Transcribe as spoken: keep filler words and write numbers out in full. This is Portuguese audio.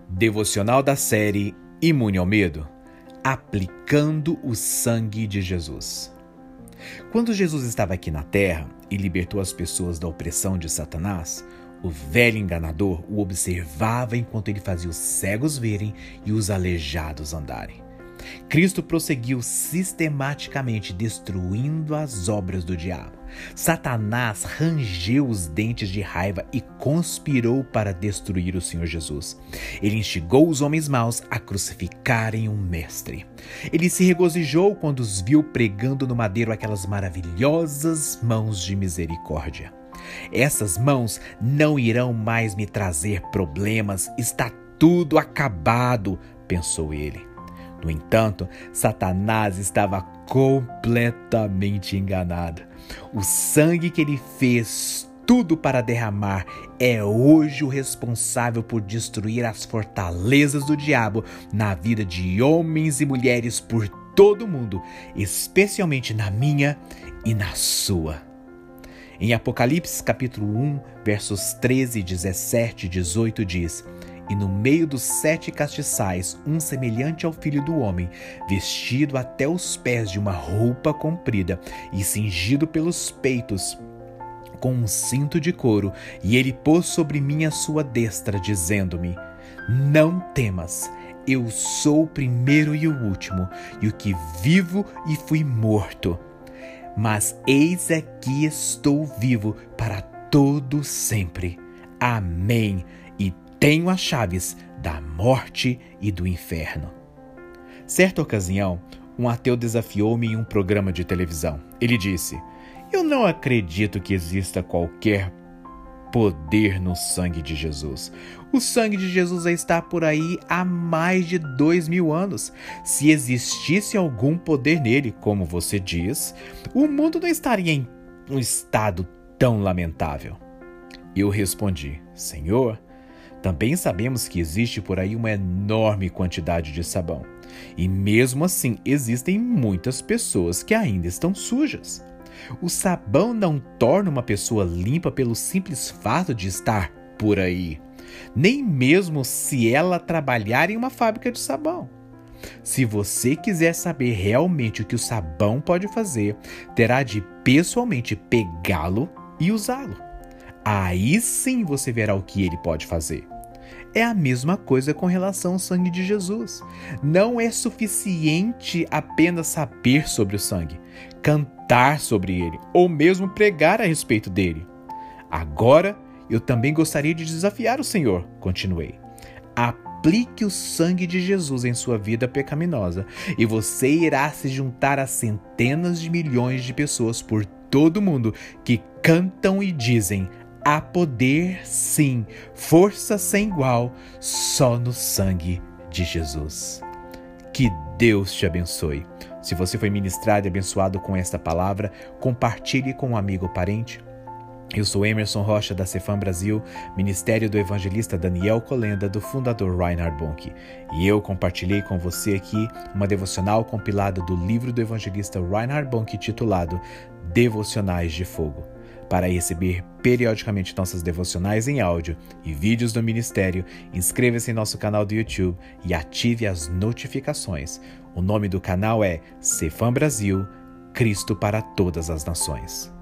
Devocional da série Imune ao Medo, aplicando o sangue de Jesus. Quando Jesus estava aqui na terra e libertou as pessoas da opressão de Satanás, o velho enganador o observava enquanto ele fazia os cegos verem e os aleijados andarem. Cristo prosseguiu sistematicamente destruindo as obras do diabo. Satanás rangeu os dentes de raiva e conspirou para destruir o Senhor Jesus. Ele instigou os homens maus a crucificarem o Mestre. Ele se regozijou quando os viu pregando no madeiro aquelas maravilhosas mãos de misericórdia. Essas mãos não irão mais me trazer problemas, está tudo acabado, pensou ele. No entanto, Satanás estava completamente enganado. O sangue que ele fez tudo para derramar é hoje o responsável por destruir as fortalezas do diabo na vida de homens e mulheres por todo o mundo, especialmente na minha e na sua. Em Apocalipse capítulo um, versos treze, dezessete e dezoito diz: E no meio dos sete castiçais, um semelhante ao Filho do Homem, vestido até os pés de uma roupa comprida e cingido pelos peitos com um cinto de couro, e ele pôs sobre mim a sua destra, dizendo-me: Não temas, eu sou o primeiro e o último, e o que vivo e fui morto. Mas eis aqui estou vivo para todo sempre. Amém. E tenho as chaves da morte e do inferno. Certa ocasião, um ateu desafiou-me em um programa de televisão. Ele disse: Eu não acredito que exista qualquer poder no sangue de Jesus. O sangue de Jesus já está por aí há mais de dois mil anos. Se existisse algum poder nele, como você diz, o mundo não estaria em um estado tão lamentável. Eu respondi: Senhor, também sabemos que existe por aí uma enorme quantidade de sabão. E mesmo assim, existem muitas pessoas que ainda estão sujas. O sabão não torna uma pessoa limpa pelo simples fato de estar por aí, nem mesmo se ela trabalhar em uma fábrica de sabão. Se você quiser saber realmente o que o sabão pode fazer, terá de pessoalmente pegá-lo e usá-lo. Aí sim você verá o que ele pode fazer. É a mesma coisa com relação ao sangue de Jesus. Não é suficiente apenas saber sobre o sangue, cantar sobre ele ou mesmo pregar a respeito dele. Agora, eu também gostaria de desafiar o Senhor, continuei. Aplique o sangue de Jesus em sua vida pecaminosa e você irá se juntar a centenas de milhões de pessoas por todo o mundo que cantam e dizem: Há poder, sim, força sem igual, só no sangue de Jesus. Que Deus te abençoe. Se você foi ministrado e abençoado com esta palavra, compartilhe com um amigo ou parente. Eu sou Emerson Rocha, da Cefam Brasil, Ministério do Evangelista Daniel Colenda, do fundador Reinhard Bonnke. E eu compartilhei com você aqui uma devocional compilada do livro do evangelista Reinhard Bonnke, titulado Devocionais de Fogo. Para receber periodicamente nossas devocionais em áudio e vídeos do ministério, inscreva-se em nosso canal do YouTube e ative as notificações. O nome do canal é Cefam Brasil, Cristo para todas as nações.